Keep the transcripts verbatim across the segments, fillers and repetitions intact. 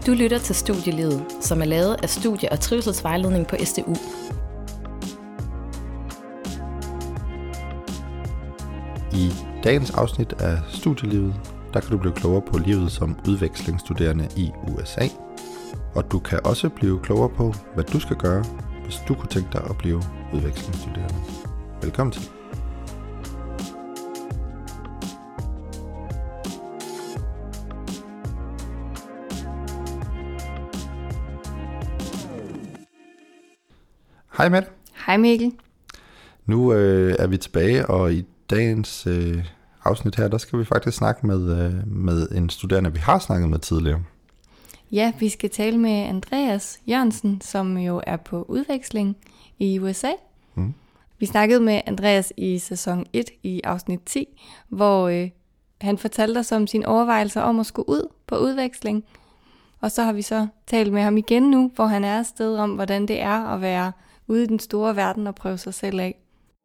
Du lytter til Studielivet, som er lavet af Studie- og Trivselsvejledning på S D U. I dagens afsnit af Studielivet, der kan du blive klogere på livet som udvekslingsstuderende i U S A. Og du kan også blive klogere på, hvad du skal gøre, hvis du kunne tænke dig at blive udvekslingsstuderende. Velkommen til. Hej Mette. Hej Mikkel. Nu øh, er vi tilbage, og i dagens øh, afsnit her, der skal vi faktisk snakke med, øh, med en studerende, vi har snakket med tidligere. Ja, vi skal tale med Andreas Jørgensen, som jo er på udveksling i U S A. Mm. Vi snakkede med Andreas i sæson et i afsnit ti, hvor øh, han fortalte os om sine overvejelser om at skulle ud på udveksling. Og så har vi så talt med ham igen nu, hvor han er afsted, om hvordan det er at være ude i den store verden og prøve sig selv af.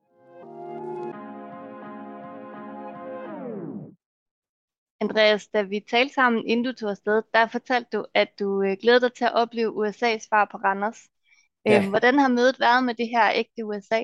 Andreas, da vi talte sammen, inden du tog afsted, der fortalte du, at du øh, glæder dig til at opleve U S A's svar på Randers. Ja. Øhm, hvordan har mødet været med det her ægte U S A?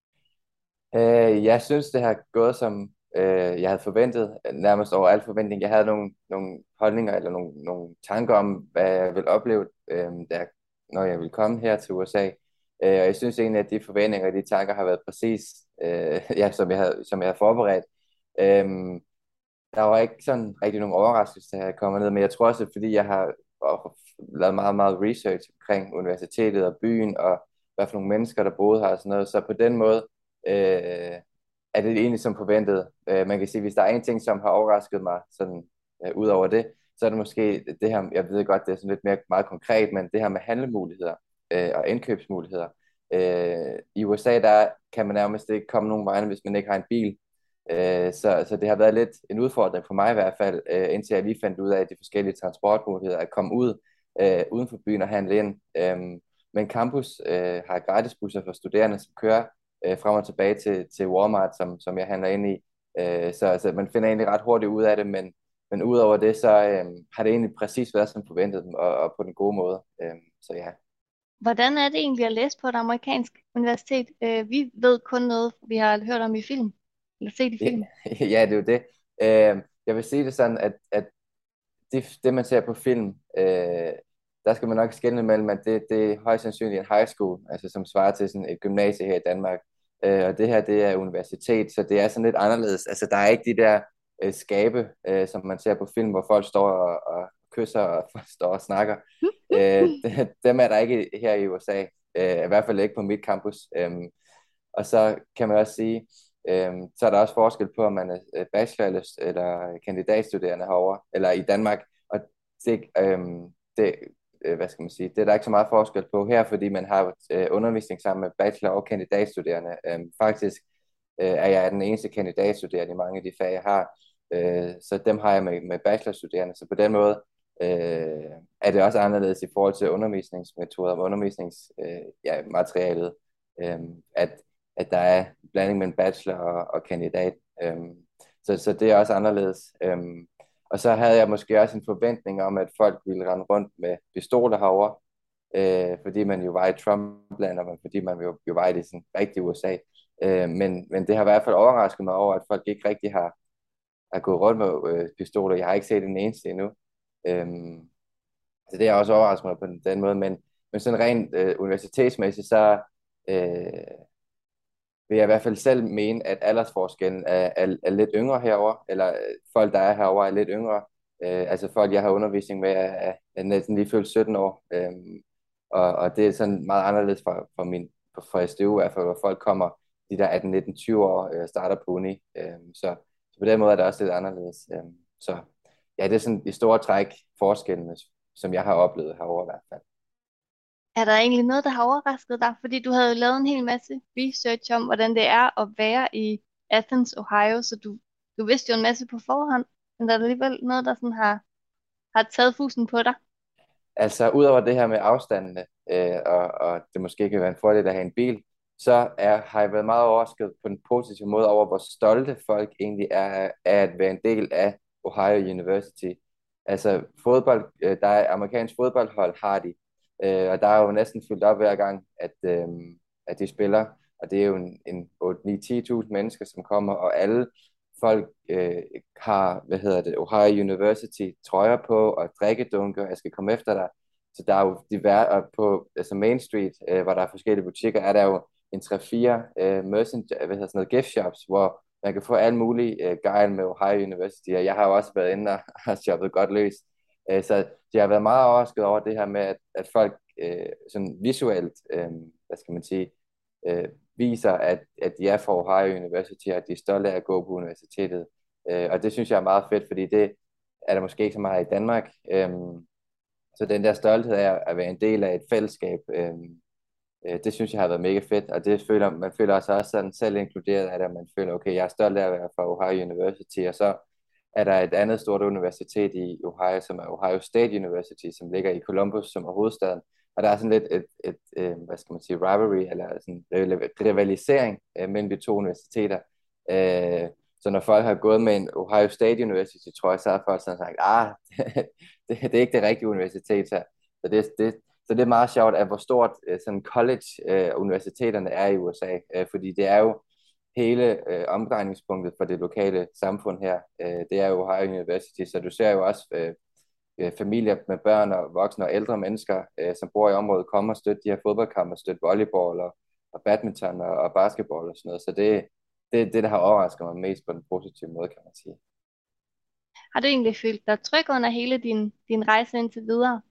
Øh, jeg synes, det har gået som øh, jeg havde forventet, nærmest over al forventning. Jeg havde nogle, nogle holdninger eller nogle, nogle tanker om, hvad jeg ville opleve, øh, der, når jeg ville komme her til U S A. Øh, og jeg synes egentlig, at de forventninger og de tanker har været præcis, øh, ja, som, jeg havde, som jeg havde forberedt. Øh, Der var ikke sådan rigtig nogen overraskelse, da jeg kommer ned, men jeg tror også, fordi jeg har lavet meget, meget research omkring universitetet og byen, og hvad for nogle mennesker, der boede her og sådan noget, så på den måde øh, er det egentlig som forventet. Øh, man kan sige, hvis der er en ting, som har overrasket mig sådan øh, ud over det, så er det måske det her, jeg ved godt, det er sådan lidt mere meget konkret, men det her med handlemuligheder øh, og indkøbsmuligheder. Øh, I U S A, der kan man nærmest ikke komme nogen vegne, hvis man ikke har en bil. Så, så det har været lidt en udfordring for mig i hvert fald, øh, indtil jeg lige fandt ud af de forskellige transportmuligheder, at komme ud øh, uden for byen og handle ind. Øhm, men campus øh, har gratisbusser for studerende, som kører øh, frem og tilbage til, til Walmart, som, som jeg handler ind i. Øh, så, så man finder egentlig ret hurtigt ud af det, men, men udover det, så øh, har det egentlig præcis været som forventet, og, og på den gode måde. Øh, så ja. Hvordan er det egentlig at læse på et amerikansk universitet? Øh, vi ved kun noget, vi har hørt om i film. Eller set i film. Ja, ja, det er jo det. Øh, jeg vil sige det sådan, at, at det, det, man ser på film, øh, der skal man nok skelne mellem, at det, det er højst sandsynligt en high school, altså som svarer til sådan et gymnasie her i Danmark. Øh, og det her, det er universitet, så det er sådan lidt anderledes. Altså, der er ikke de der øh, skabe, øh, som man ser på film, hvor folk står og, og kysser og står og snakker. øh, det, dem er der ikke her i U S A. Øh, I hvert fald ikke på mit campus. Øh, og så kan man også sige, Øhm, så er der også forskel på, om man er bachelor- eller, eller kandidatstuderende herovre, eller i Danmark, og det, øhm, det, øh, hvad skal man sige, det er der ikke så meget forskel på her, fordi man har øh, undervisning sammen med bachelor- og kandidatstuderende. Øhm, faktisk øh, er jeg den eneste kandidatstuderende i mange af de fag, jeg har, øh, så dem har jeg med, med bachelorstuderende, så på den måde øh, er det også anderledes i forhold til undervisningsmetoder og undervisningsmaterialet, øh, ja, øh, at at der er blanding mellem bachelor og, og kandidat. Øhm, så, så det er også anderledes. Øhm, og så havde jeg måske også en forventning om, at folk ville rende rundt med pistoler herovre, øh, fordi man jo var i Trump-land, og fordi man jo, jo var i det sådan rigtige U S A. Øh, men, men det har i hvert fald overrasket mig over, at folk ikke rigtig har, har gået rundt med øh, pistoler. Jeg har ikke set den eneste endnu. Øhm, så det har også overrasket mig på den, den måde. Men, men sådan rent øh, universitetsmæssigt, så øh, vil jeg i hvert fald selv mene, at aldersforskellen er, er, er lidt yngre herover, eller folk, der er herover er lidt yngre. Øh, altså folk, jeg har undervisning med, er, er næsten lige fyldt sytten år. Øh, og, og det er sådan meget anderledes fra, fra, min, fra S D U, i hvert fald, hvor folk kommer, de der atten, nitten, tyve år, øh, starter på uni. Øh, så, så på den måde er det også lidt anderledes. Øh, så ja, det er sådan i store træk forskellen, som jeg har oplevet herover i hvert fald. Er der egentlig noget, der har overrasket dig? Fordi du havde jo lavet en hel masse research om, hvordan det er at være i Athens, Ohio, så du, du vidste jo en masse på forhånd, men der er alligevel noget, der sådan har, har taget fusen på dig. Altså, udover det her med afstandene, øh, og, og det måske kan være en fordel at have en bil, så er, har jeg været meget overrasket på den positive måde over, hvor stolte folk egentlig er af at være en del af Ohio University. Altså fodbold, øh, der er amerikansk fodboldhold, har de, øh, og der er jo næsten fyldt op hver gang, at, øh, at de spiller, og det er jo en, en otte ni ti tusind mennesker, som kommer, og alle folk øh, har, hvad hedder det, Ohio University trøjer på, og drikkedunke, og jeg skal komme efter dig. Så der er jo diverse, på altså Main Street, øh, hvor der er forskellige butikker, er der jo en tre fire øh, merchant, hvad hedder sådan noget, gift shops, hvor man kan få alle mulige øh, gejl med Ohio University, og jeg har jo også været inde og har shoppet godt løs. Øh, så jeg har været meget overrasket over det her med, at, at folk øh, sådan visuelt, øh, hvad skal man sige, øh, viser, at, at de er fra Ohio University, og at de er stolte af at gå på universitetet. Øh, og det synes jeg er meget fedt, fordi det er der måske ikke så meget i Danmark. Øh, så den der stolthed af at være en del af et fællesskab, øh, øh, det synes jeg har været mega fedt, og det føler, man føler også, også sådan selv inkluderet af det, at man føler, okay, jeg er stolt af at være fra Ohio University, og så er der et andet stort universitet i Ohio, som er Ohio State University, som ligger i Columbus, som er hovedstaden, og der er sådan lidt et, et, et, et hvad skal man sige, rivalry, eller sådan en rivalisering øh, mellem de to universiteter. Øh, så når folk har gået med en Ohio State University, tror jeg, så har folk sådan sagt, ah, det, det er ikke det rigtige universitet her. Så det, det, så det er meget sjovt, at hvor stort øh, sådan college øh, universiteterne er i U S A, øh, fordi det er jo hele øh, omdrejningspunktet for det lokale samfund her. Øh, det er jo Ohio University, så du ser jo også øh, øh, familier med børn og voksne og ældre mennesker, øh, som bor i området, komme og støtte de her fodboldkampe, støtte volleyball og, og badminton og, og basketball og sådan noget. Så det det er det, der har overrasket mig mest på den positive måde, kan man sige. Har du egentlig følt dig tryg under hele din, din rejse indtil videre?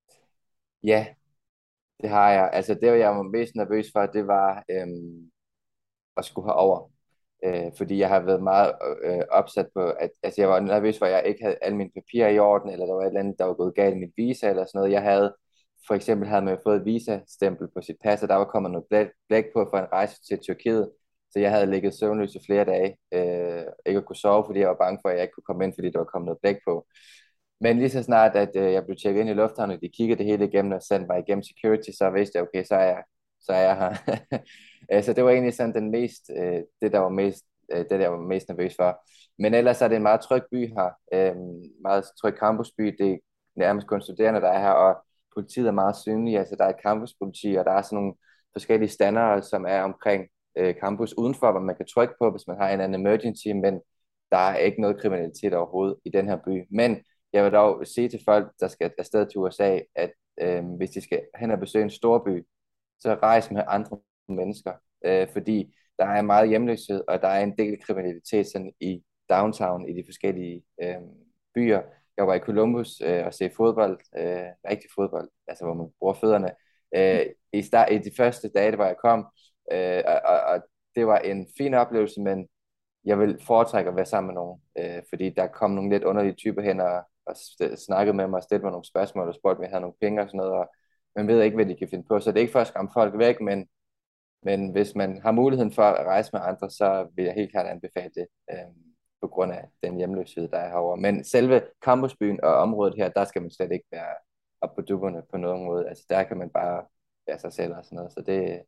Ja, det har jeg. Altså det, jeg var mest nervøs for, det var øhm, at skulle herover. Øh, fordi jeg har været meget øh, opsat på, at altså, jeg var nervøs for, at jeg ikke havde alle mine papirer i orden, eller der var et eller andet, der var gået galt i mit visa, eller sådan noget. Jeg havde, for eksempel havde man fået et visa-stempel på sit pas, og der var kommet noget blæk, blæk på for en rejse til Tyrkiet. Så jeg havde ligget søvnløs i flere dage, øh, ikke at kunne sove, fordi jeg var bange for, at jeg ikke kunne komme ind, fordi der var kommet noget blæk på. Men lige så snart, at øh, jeg blev tjekket ind i lufthavnen, og de kiggede det hele igennem og sendte mig igennem security, så vidste jeg, okay, så er jeg, så er jeg her. Øh, så det var egentlig sådan den mest, øh, det der var mest, øh, det der var mest nervøs for. Men ellers er det en meget tryg by her, øh, meget tryg campusby. Det er nærmest kun studerende, der er her, og politiet er meget synlige. Altså der er et campuspoliti, og der er sådan nogle forskellige standarder, som er omkring øh, campus udenfor, hvor man kan trykke på, hvis man har en anden emergency, men der er ikke noget kriminalitet overhovedet i den her by. Men jeg vil dog sige til folk, der skal afsted til U S A, at øh, hvis de skal hen og besøge en stor by, så rejs med andre mennesker, øh, fordi der er meget hjemløshed, og der er en del kriminalitet sådan i downtown, i de forskellige øh, byer. Jeg var i Columbus øh, og se fodbold, øh, rigtig fodbold, altså hvor man bruger fødderne. Øh, i, start, I de første dage, hvor jeg kom, øh, og, og, og det var en fin oplevelse, men jeg vil foretrække at være sammen med nogen, øh, fordi der kom nogle lidt underlige typer hen og, og snakkede med mig og stillede mig nogle spørgsmål og spurgte, om jeg havde nogle penge og sådan noget, og man ved ikke, hvad de kan finde på. Så det er ikke for at skræmme folk væk, men, men hvis man har muligheden for at rejse med andre, så vil jeg helt klart anbefale det, øh, på grund af den hjemløshed, der er herovre. Men selve campusbyen og området her, der skal man slet ikke være op på dupperne på nogen måde. Altså der kan man bare være sig selv og sådan noget. Så det,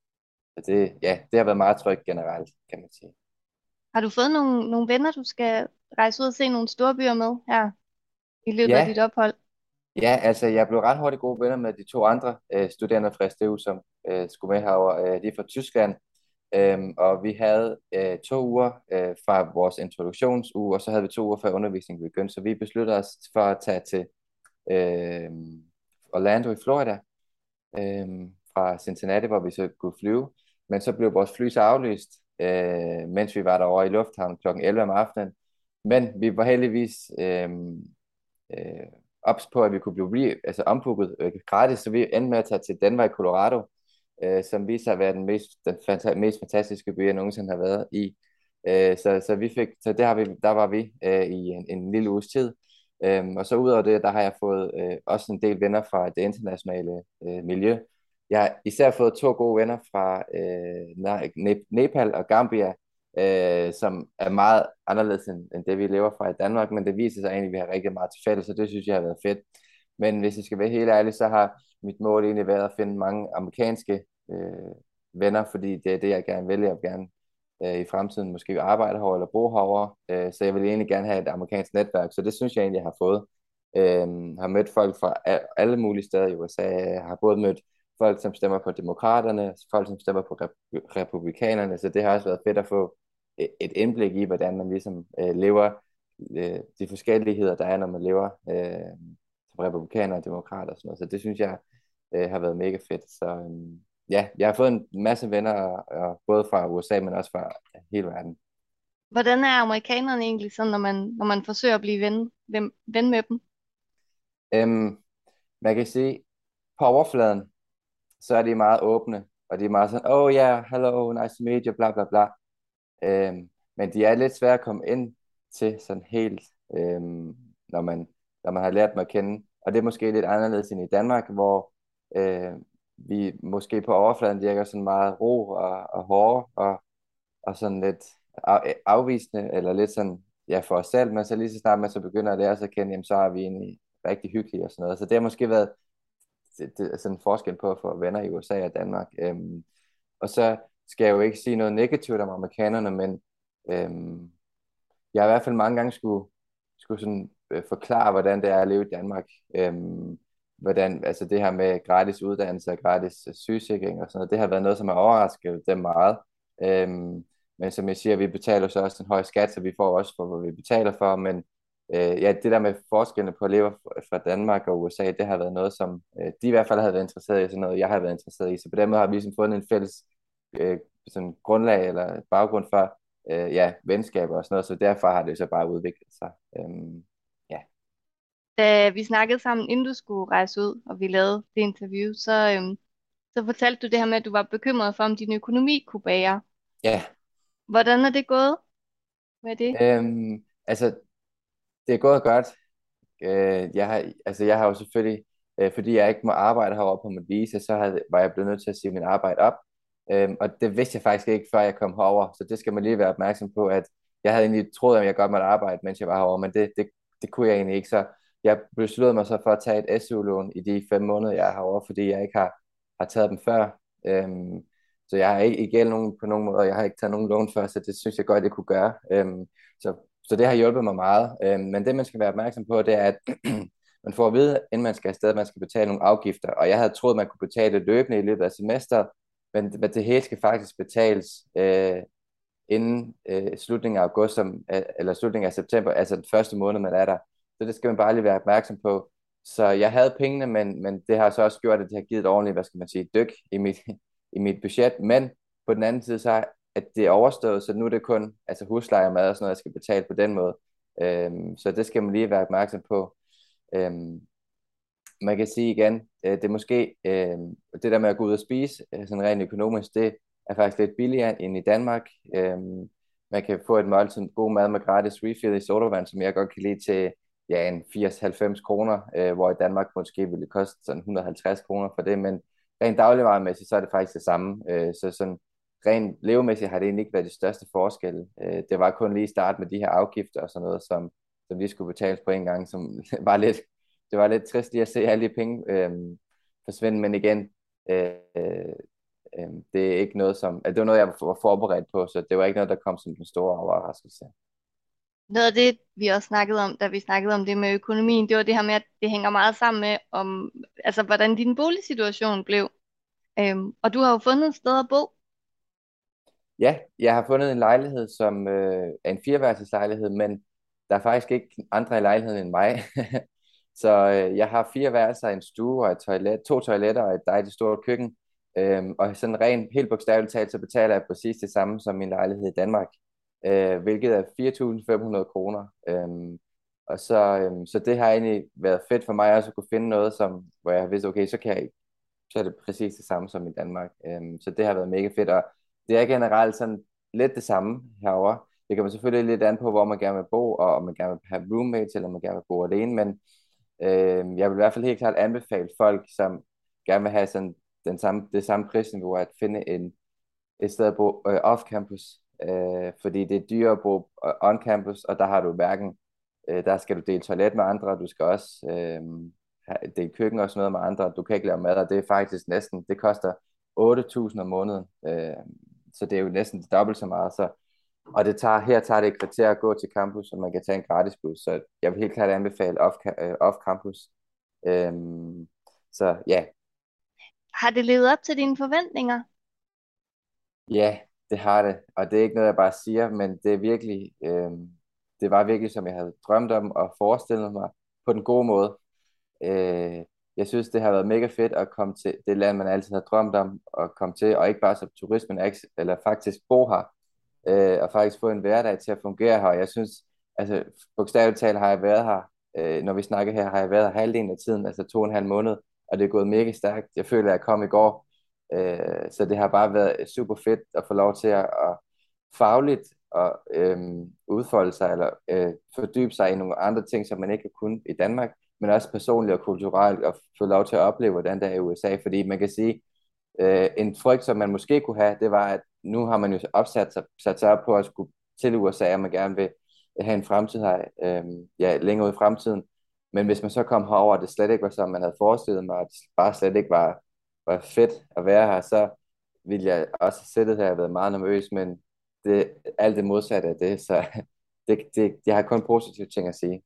så det, ja, det har været meget trygt generelt, kan man sige. Har du fået nogle, nogle venner, du skal rejse ud og se nogle store byer med her i løbet af Ja, dit ophold? ja, altså jeg blev ret hurtigt gode venner med de to andre øh, studerende fra S D U, som øh, skulle med herover. Øh, de er fra Tyskland, øhm, og vi havde øh, to uger øh, fra vores introduktionsuge, og så havde vi to uger før undervisningen begyndte, så vi besluttede os for at tage til øh, Orlando i Florida, øh, fra Cincinnati, hvor vi så kunne flyve, men så blev vores fly så aflyst, øh, mens vi var derovre i lufthavnen klokken elleve om aftenen, men vi var heldigvis øh, øh, ops på, at vi kunne blive re- altså ombooket øh, gratis, så vi endte med at tage til Denver i Colorado, øh, som viser at være den mest, den fanta- mest fantastiske by, jeg nogensinde har været i. Øh, så, så vi fik, så det har vi, der var vi øh, i en, en lille uges tid. Øhm, og så udover det, der har jeg fået øh, også en del venner fra det internationale øh, miljø. Jeg har især fået to gode venner fra øh, Ne- Nepal og Gambia, øh, som er meget anderledes end, end det, vi lever fra i Danmark, men det viser sig egentlig, at vi har rigtig meget til fælles, så det synes jeg har været fedt. Men hvis jeg skal være helt ærlig, så har mit mål egentlig været at finde mange amerikanske øh, venner, fordi det er det, jeg gerne vil. Jeg vil gerne øh, i fremtiden måske arbejde herovre eller bo herovre, øh, så jeg vil egentlig gerne have et amerikansk netværk, så det synes jeg egentlig, jeg har fået. Øhm, har mødt folk fra a- alle mulige steder i U S A. Har både mødt folk, som stemmer på demokraterne, folk, som stemmer på rep- republikanerne. Så det har også været fedt at få et et indblik i, hvordan man ligesom øh, lever, øh, de forskelligheder, der er, når man lever øh, som republikaner og demokrater og sådan noget. Så det synes jeg øh, har været mega fedt. Så øh, ja, jeg har fået en masse venner, og, og både fra U S A, men også fra hele verden. Hvordan er amerikanerne egentlig sådan, når man, når man forsøger at blive ven, ven, ven med dem? Øhm, Man kan sige, på overfladen, så er de meget åbne, og de er meget sådan, oh yeah, hello, nice to meet you, bla bla bla. Øhm, men de er lidt svære at komme ind til sådan helt, øhm, når man, når man har lært dem at kende. Og det er måske lidt anderledes end i Danmark, hvor øh, vi måske på overfladen virker sådan meget ro og, og hårde, og, og sådan lidt af, afvisende, eller lidt sådan, ja, for os selv, men så lige så snart man så begynder at lære os at kende, jamen, så er vi egentlig rigtig hyggelige og sådan noget. Så det har måske været det, det er sådan en forskel på at få venner i U S A og Danmark. Øhm, og så skal jeg jo ikke sige noget negativt om amerikanerne, men øhm, jeg har i hvert fald mange gange skulle, skulle sådan, øh, forklare, hvordan det er at leve i Danmark. Øhm, hvordan, altså det her med gratis uddannelse og gratis øh, sygesikring og sådan noget, det har været noget, som har overrasket dem meget. Øhm, men som jeg siger, vi betaler så også en høj skat, så vi får også for, hvad vi betaler for, men øh, ja, det der med forskellene på at leve fra Danmark og U S A, det har været noget, som øh, de i hvert fald har været interesseret i, sådan noget, jeg har været interesseret i. Så på den måde har vi ligesom fundet en fælles øh, sådan grundlag eller baggrund for øh, ja, venskaber og sådan noget, så derfor har det så bare udviklet sig. Øhm, ja. Da vi snakkede sammen, inden du skulle rejse ud, og vi lavede det interview, så, øhm, så fortalte du det her med, at du var bekymret for, om din økonomi kunne bære. Ja, Hvordan er det gået med det? øhm, altså det er gået godt. Øh, jeg har, altså jeg har jo selvfølgelig, øh, fordi jeg ikke må arbejde herovre på mit visa, så havde, var jeg blevet nødt til at sige min arbejde op. Øhm, og det vidste jeg faktisk ikke, før jeg kom herover, så det skal man lige være opmærksom på, at jeg havde egentlig troet, at jeg godt måtte arbejde, mens jeg var herovre, men det, det, det kunne jeg egentlig ikke. Så jeg besluttede mig så for at tage et S U-lån i de fem måneder, jeg er herovre, fordi jeg ikke har, har taget dem før. Øhm, så jeg har ikke i gæld nogen på nogen måde, og jeg har ikke taget nogen lån før, så det synes jeg godt, jeg kunne gøre. Øhm, så så det har hjulpet mig meget. Øhm, men det, man skal være opmærksom på, det er, at man får at vide, inden man skal afsted, at man skal betale nogle afgifter. Og jeg havde troet, man kunne betale det løbende i løbet af semesteret, men det, det hele skal faktisk betales øh, inden øh, slutningen af august, som, øh, eller slutningen af september, altså den første måned, man er der. Så det skal man bare lige være opmærksom på. Så jeg havde pengene, men, men det har så også gjort, at det har givet et ordentligt, hvad skal man sige, dyk i mit, i mit budget. Men på den anden side, så at det er overstået, så nu er det kun altså husleje og mad og sådan noget, jeg skal betale på den måde. Øhm, så det skal man lige være opmærksom på. Øhm, Man kan sige igen, øh, det er måske øh, det der med at gå ud og spise, øh, sådan rent økonomisk, det er faktisk lidt billigere end i Danmark. Øh, man kan få et måltid god mad med gratis refill i sodavand, som jeg godt kan lide til ja, en firs til halvfems kroner, øh, hvor i Danmark måske ville det koste sådan et hundrede og halvtreds kroner for det, men rent dagligvaremæssigt, så er det faktisk det samme. Øh, så sådan rent levemæssigt har det egentlig ikke været de største forskelle. Øh, det var kun lige i start med de her afgifter og sådan noget, som, som lige skulle betales på en gang, som var lidt det var lidt trist lige at se alle de penge øh, forsvinde, men igen, øh, øh, det er ikke noget som, altså det var noget, jeg var forberedt på, så det var ikke noget, der kom som den store overraskelse. Noget af det, vi også snakkede om, da vi snakkede om det med økonomien, det var det her med, at det hænger meget sammen med, om, altså, hvordan din boligsituation blev. Øhm, og du har jo fundet et sted at bo. Ja, jeg har fundet en lejlighed, som øh, er en fireværelseslejlighed, men der er faktisk ikke andre i lejligheden end mig. Så øh, jeg har fire værelser, en stue og et toilet, to toiletter og et dejligt stort køkken. Øhm, og sådan rent, helt bogstaveligt talt, så betaler jeg præcis det samme som min lejlighed i Danmark, øh, hvilket er fire tusind fem hundrede kroner. Øhm, og så, øhm, så det har egentlig været fedt for mig også at kunne finde noget, som, hvor jeg har vidst, okay, så kan jeg, så er det præcis det samme som i Danmark. Øhm, så det har været mega fedt, og det er generelt sådan lidt det samme herovre. Det kan man selvfølgelig lidt an på, hvor man gerne vil bo, og om man gerne vil have roommates, eller om man gerne vil bo alene, men øh, jeg vil i hvert fald helt klart anbefale folk, som gerne vil have sådan den samme, det samme prisniveau, at finde en, et sted at bo øh, off-campus, øh, fordi det er dyrere at bo øh, on-campus, og der har du hverken, øh, der skal du dele toilet med andre, du skal også øh, have, dele køkken og sådan noget med andre, du kan ikke lave mad, og det er faktisk næsten, det koster otte tusind om måneden, øh, så det er jo næsten dobbelt så meget, så Og det tager, her tager det et kvarter at gå til campus, og man kan tage en gratis bus. Så jeg vil helt klart anbefale off, øh, off campus. Øhm, så ja, Har det levet op til dine forventninger? ja, det har det. Og det er ikke noget, jeg bare siger, men det er virkelig, øhm, det var virkelig, som jeg havde drømt om og forestillet mig på den gode måde. Øh, jeg synes, det har været mega fedt at komme til det land, man altid har drømt om at komme til, og ikke bare som turist, men ex- eller faktisk bo her, øh, og faktisk få en hverdag til at fungere her. Og jeg synes, altså bogstaveligt talt har jeg været her, øh, når vi snakker her, har jeg været her halvdelen af tiden, altså to og en halv måned, og det er gået mega stærkt. Jeg føler, at jeg kom i går, øh, så det har bare været super fedt at få lov til at, at fagligt og øh, udfolde sig, eller øh, fordybe sig i nogle andre ting, som man ikke har kunnet i Danmark, men også personligt og kulturelt, og få lov til at opleve, hvordan det er i U S A, fordi man kan sige, øh, en frygt, som man måske kunne have, det var, at nu har man jo opsat sig, sat sig op på at skulle til U S A, og man gerne vil have en fremtid her, øh, ja, længere ud i fremtiden, men hvis man så kom herover, og det slet ikke var, som man havde forestillet mig, og det bare slet ikke var, var fedt at være her, så ville jeg også sætte her og været meget nervøs, men det, alt det modsatte af det, så det, det, jeg har kun positive ting at sige.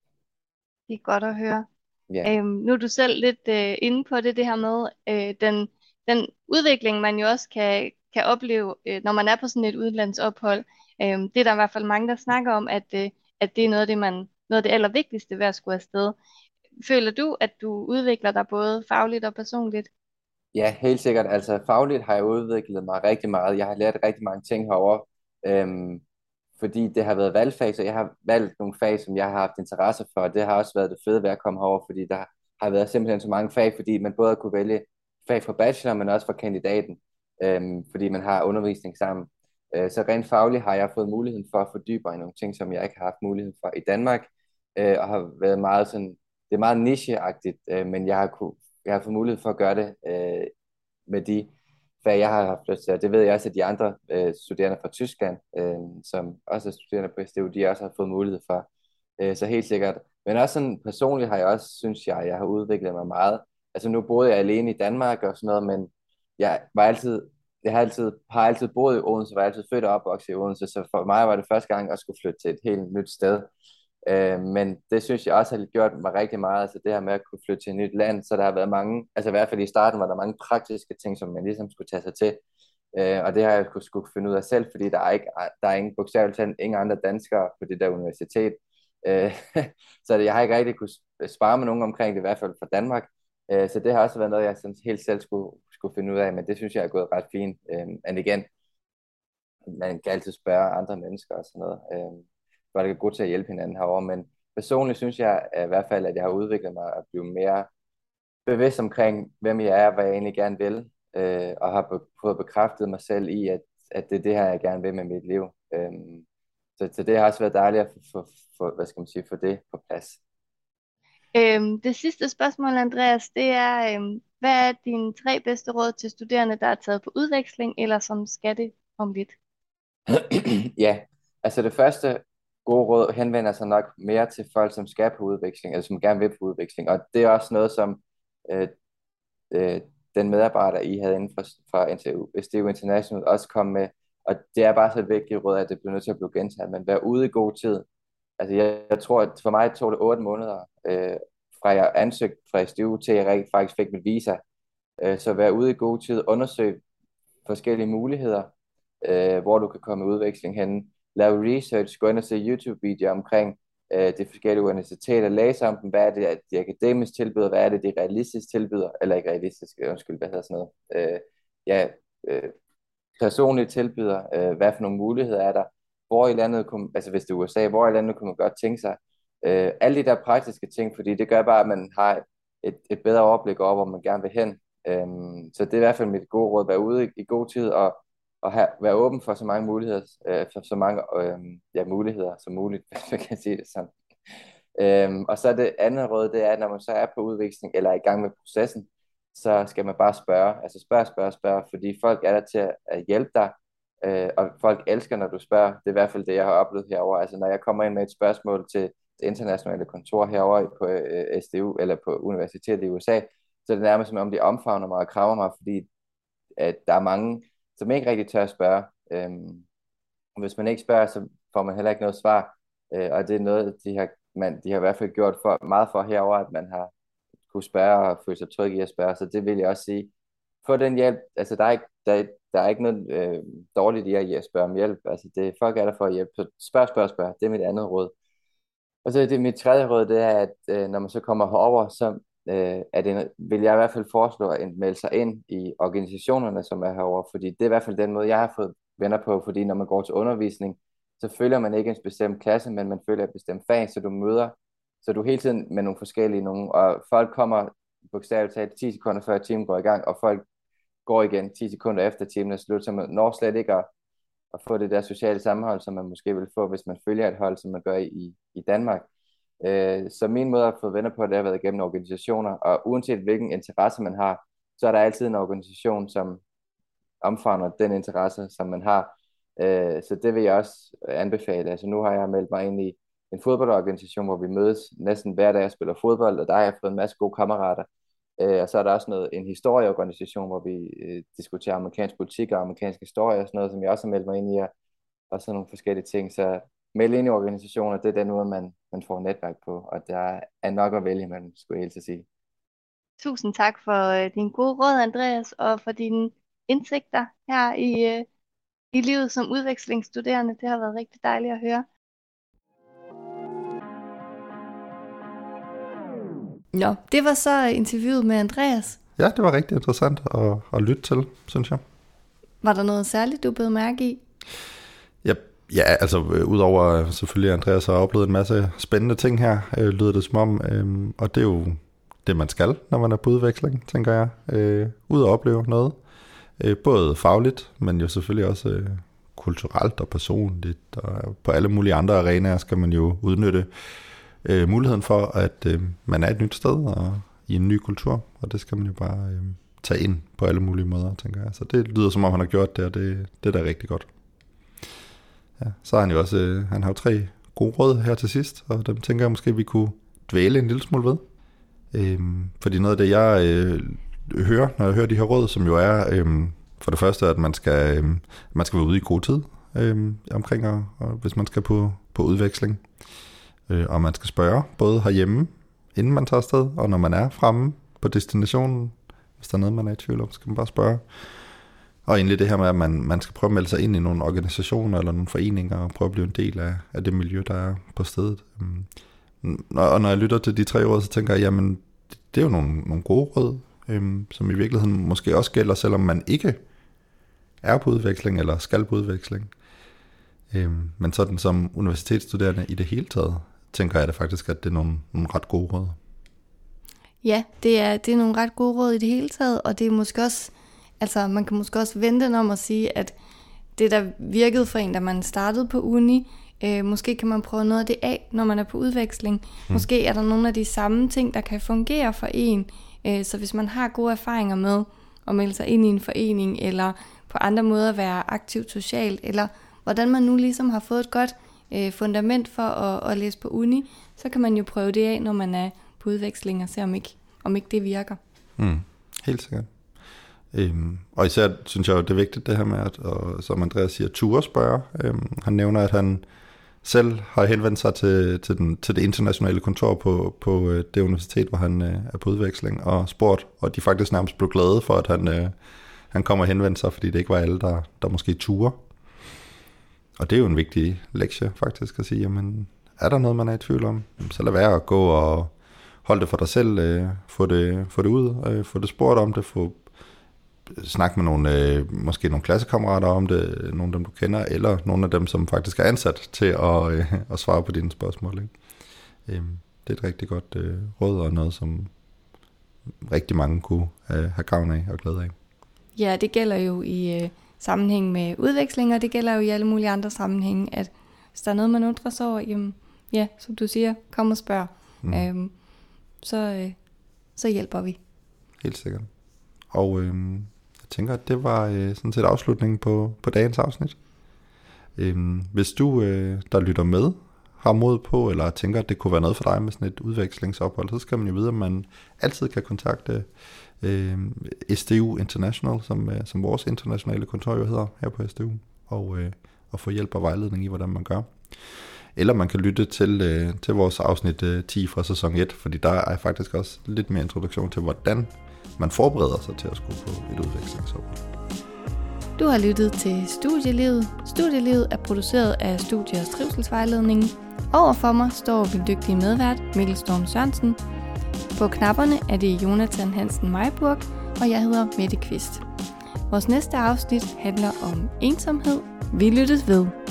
Det er godt at høre. Ja. Øhm, nu er du selv lidt øh, inde på det, det her med øh, den, den udvikling, man jo også kan, kan opleve, øh, når man er på sådan et udlandsophold. Øhm, det er der i hvert fald mange, der snakker om, at, øh, at det er noget af det, man, noget af det allervigtigste ved at skulle afsted. Føler du, at du udvikler dig både fagligt og personligt? Ja, helt sikkert. Altså fagligt har jeg udviklet mig rigtig meget. Jeg har lært rigtig mange ting herovre, øhm, fordi det har været valgfag, så jeg har valgt nogle fag, som jeg har haft interesse for, og det har også været det fede ved at komme herover, fordi der har været simpelthen så mange fag, fordi man både kunne vælge fag for bachelor, men også for kandidaten, øhm, fordi man har undervisning sammen. Øh, så rent fagligt har jeg fået muligheden for at fordybe mig i nogle ting, som jeg ikke har haft mulighed for i Danmark, øh, og har været meget sådan, det er meget nicheagtigt, øh, men jeg har kunne jeg har fået mulighed for at gøre det øh, med de fag, jeg har haft lyst til. Og det ved jeg også, at de andre øh, studerende fra Tyskland, øh, som også er studerende på S D U, de også har fået mulighed for. Øh, så helt sikkert. Men også sådan personligt har jeg også, synes jeg, jeg har udviklet mig meget. Altså nu boede jeg alene i Danmark og sådan noget, men jeg var altid, jeg har altid, har altid boet i Odense, var altid født og opvokset i Odense, så for mig var det første gang at skulle flytte til et helt nyt sted. Øh, men det synes jeg også har gjort mig rigtig meget, altså det her med at kunne flytte til et nyt land, så der har været mange, altså i hvert fald i starten var der mange praktiske ting, som man ligesom skulle tage sig til, øh, og det har jeg skulle, skulle finde ud af selv, fordi der er ikke, der er ingen bogstaveligt talt ingen andre danskere på det der universitet, øh, så det, jeg har ikke rigtig kunne spare med nogen omkring det, i hvert fald fra Danmark, øh, så det har også været noget, jeg sådan helt selv skulle, skulle finde ud af, men det synes jeg er gået ret fint, øh, men igen, man kan altid spørge andre mennesker og sådan noget, øh, hvor det er godt til at hjælpe hinanden herovre, men personligt synes jeg i hvert fald, at jeg har udviklet mig at blive mere bevidst omkring, hvem jeg er, og hvad jeg egentlig gerne vil, øh, og har be- fået bekræftet mig selv i, at, at det er det her, jeg gerne vil med mit liv. Øhm, så, så det har også været dejligt at få, få, få, hvad skal man sige, få det på plads. Øhm, det sidste spørgsmål, Andreas, det er, øhm, hvad er dine tre bedste råd til studerende, der er taget på udveksling, eller som skal det om lidt? Ja, altså det første gode råd henvender sig nok mere til folk, som skal på udveksling, eller som gerne vil på udveksling, og det er også noget, som øh, øh, den medarbejder, I havde inden for, fra S D U International også kom med, og det er bare så et vigtigt råd, at det bliver nødt til at blive gentaget, men vær ude i god tid. Altså jeg, jeg tror, at for mig tog det otte måneder, øh, fra jeg ansøgte fra S D U til jeg rigtig faktisk fik mit visa, øh, så vær ude i god tid, undersøg forskellige muligheder, øh, hvor du kan komme i udveksling hen. Lav research, gå ind og se YouTube-videoer omkring øh, de forskellige universiteter, læse om dem, hvad er det, de akademisk tilbyder, hvad er det, de realistisk tilbyder, eller ikke realistisk, undskyld, hvad hedder sådan noget. Øh, ja, øh, personligt tilbyder, øh, hvad for nogle muligheder er der, hvor i landet, kunne, altså hvis det er U S A, hvor i landet kunne man godt tænke sig. Øh, alle de der praktiske ting, fordi det gør bare, at man har et, et bedre overblik over, hvor man gerne vil hen. Øh, så det er i hvert fald mit gode råd, være ude i, i god tid, og og have, være åben for så mange muligheder, øh, for så mange øh, ja, muligheder som muligt, hvis man kan sige det sådan. Øhm, og så det andet råd, det er, at når man så er på udveksling eller er i gang med processen, så skal man bare spørge, altså spørge, spørge, spørge, fordi folk er der til at hjælpe dig, øh, og folk elsker, når du spørger. Det er i hvert fald det, jeg har oplevet herover. Altså når jeg kommer ind med et spørgsmål til det internationale kontor herover på øh, S D U eller på universitetet i U S A, så er det nærmest som om de omfavner mig og krammer mig, fordi at der er mange, som ikke rigtig tør at spørge. Øhm, hvis man ikke spørger, så får man heller ikke noget svar. Øh, og det er noget, de har, man, de har i hvert fald gjort for, meget for herover, at man har kunne spørge og føle sig tryg i at spørge. Så det vil jeg også sige. Få den hjælp. Altså, der er ikke, der, der er ikke noget øh, dårligt i at spørge om hjælp. Altså, det, folk er der for at hjælpe. Så spørg, spørg, spørg. Det er mit andet råd. Og så er det mit tredje råd, det er, at øh, når man så kommer herover, så øh, er det, vil jeg i hvert fald foreslå at melde sig ind i organisationerne, som er herover, fordi det er i hvert fald den måde, jeg har fået venner på, fordi når man går til undervisning, så følger man ikke en bestemt klasse, men man følger et bestemt fag, så du møder, så du hele tiden med nogle forskellige nogen, og folk kommer bogstaveligt talt ti sekunder før timen går i gang, og folk går igen ti sekunder efter timen er slut, så man når slet ikke at, at få det der sociale sammenhold, som man måske vil få, hvis man følger et hold, som man gør i, i Danmark. Øh, så min måde at få venner på, det har været igennem organisationer, og uanset hvilken interesse man har, så er der altid en organisation, som omfavner den interesse, som man har. Øh, så det vil jeg også anbefale. Altså nu har jeg meldt mig ind i en fodboldorganisation, hvor vi mødes næsten hver dag og spiller fodbold, og der har jeg fået en masse gode kammerater. Øh, og så er der også noget, en historieorganisation, hvor vi øh, diskuterer amerikansk politik og amerikansk historie og sådan noget, som jeg også har meldt mig ind i, og sådan nogle forskellige ting. Så melde ind i organisationer, det er den måde, man, man får netværk på, og der er nok at vælge, man skulle helt til at sige. Tusind tak for øh, din gode råd, Andreas, og for dine indsigter her i, øh, i livet som udvekslingsstuderende. Det har været rigtig dejligt at høre. Nå, det var så interviewet med Andreas. Ja, det var rigtig interessant at, at lytte til, synes jeg. Var der noget særligt, du bed mærke i? Ja, ja altså udover selvfølgelig Andreas har oplevet en masse spændende ting her, øh, lyder det som om, øh, og det er jo det, man skal, når man er på udveksling, tænker jeg. Øh, ud og opleve noget. Øh, både fagligt, men jo selvfølgelig også øh, kulturelt og personligt, og på alle mulige andre arenaer skal man jo udnytte øh, muligheden for, at øh, man er et nyt sted og i en ny kultur, og det skal man jo bare øh, tage ind på alle mulige måder, tænker jeg. Så det lyder som om, han har gjort det, og det, det er da rigtig godt. Ja, så har han jo også, øh, han har jo tre gode råd her til sidst, og dem tænker jeg måske, vi kunne dvæle en lille smule ved. Øhm, fordi noget af det, jeg øh, hører, når jeg hører de her råd, som jo er øh, for det første, at man skal, øh, man skal være ude i god tid øh, omkring, og, og hvis man skal på, på udveksling. Øh, og man skal spørge, både herhjemme, inden man tager afsted, og når man er fremme på destinationen. Hvis der er noget, man er i tvivl om, så skal man bare spørge. Og egentlig det her med, at man, man skal prøve at melde sig ind i nogle organisationer eller nogle foreninger, og prøve at blive en del af, af det miljø, der er på stedet. Og når jeg lytter til de tre råd, så tænker jeg, jamen, det er jo nogle, nogle gode råd, øhm, som i virkeligheden måske også gælder, selvom man ikke er på udveksling, eller skal på udveksling. Øhm, men sådan som universitetsstuderende i det hele taget, tænker jeg da faktisk, at det er nogle, nogle ret gode råd. Ja, det er, det er nogle ret gode råd i det hele taget, og det er måske også, altså man kan måske også vente den om at sige, at det der virkede for en, da man startede på uni, øh, måske kan man prøve noget af det af, når man er på udveksling. Mm. Måske er der nogle af de samme ting, der kan fungere for en, øh, så hvis man har gode erfaringer med at melde sig ind i en forening, eller på andre måder være aktivt socialt, eller hvordan man nu ligesom har fået et godt øh, fundament for at, at læse på uni, så kan man jo prøve det af, når man er på udveksling, og se om ikke, om ikke det virker. Mm. Helt sikkert. Øhm, og især synes jeg jo, det er vigtigt det her med, at, og, som Andreas siger, ture spørge. Øhm, han nævner, at han selv har henvendt sig til, til, den, til det internationale kontor på, på det universitet, hvor han øh, er på udveksling, og spurgt, og de faktisk nærmest blev glade for, at han, øh, han kom og henvendte sig, fordi det ikke var alle, der, der måske ture. Og det er jo en vigtig lektie faktisk at sige, jamen, er der noget, man er i tvivl om? Så lad være at gå og holde det for dig selv, øh, få, det, få det ud, øh, få det spurgt om det, få snak med nogle, øh, måske nogle klassekammerater om det, nogle af dem du kender, eller nogle af dem, som faktisk er ansat til at, øh, at svare på dine spørgsmål. Ikke? Øh, det er et rigtig godt øh, råd, og noget, som rigtig mange kunne øh, have gavn af og glæde af. Ja, det gælder jo i øh, sammenhæng med udveksling, og det gælder jo i alle mulige andre sammenhænge, at hvis der er noget, man undrer sig over, jamen, ja, som du siger, kom og spørg, mm. øhm, så, øh, så hjælper vi. Helt sikkert. Og øh, jeg tænker, at det var øh, sådan set afslutningen på, på dagens afsnit. Øh, hvis du, øh, der lytter med, har mod på, eller tænker, at det kunne være noget for dig med sådan et udvekslingsophold, så skal man jo vide, at man altid kan kontakte øh, S D U International, som, øh, som vores internationale kontor jo hedder her på S D U, og, øh, og få hjælp og vejledning i, hvordan man gør. Eller man kan lytte til, øh, til vores afsnit øh, ti fra sæson et, fordi der er faktisk også lidt mere introduktion til, hvordan man forbereder sig til at skulle på et udvekslingsophold. Du har lyttet til Studielivet. Studielivet er produceret af Studie- og Trivselsvejledning. Overfor mig står min dygtige medvært Mikkel Storm Sørensen. På knapperne er det Jonathan Hansen Meiburg, og jeg hedder Mette Kvist. Vores næste afsnit handler om ensomhed. Vi lyttes ved.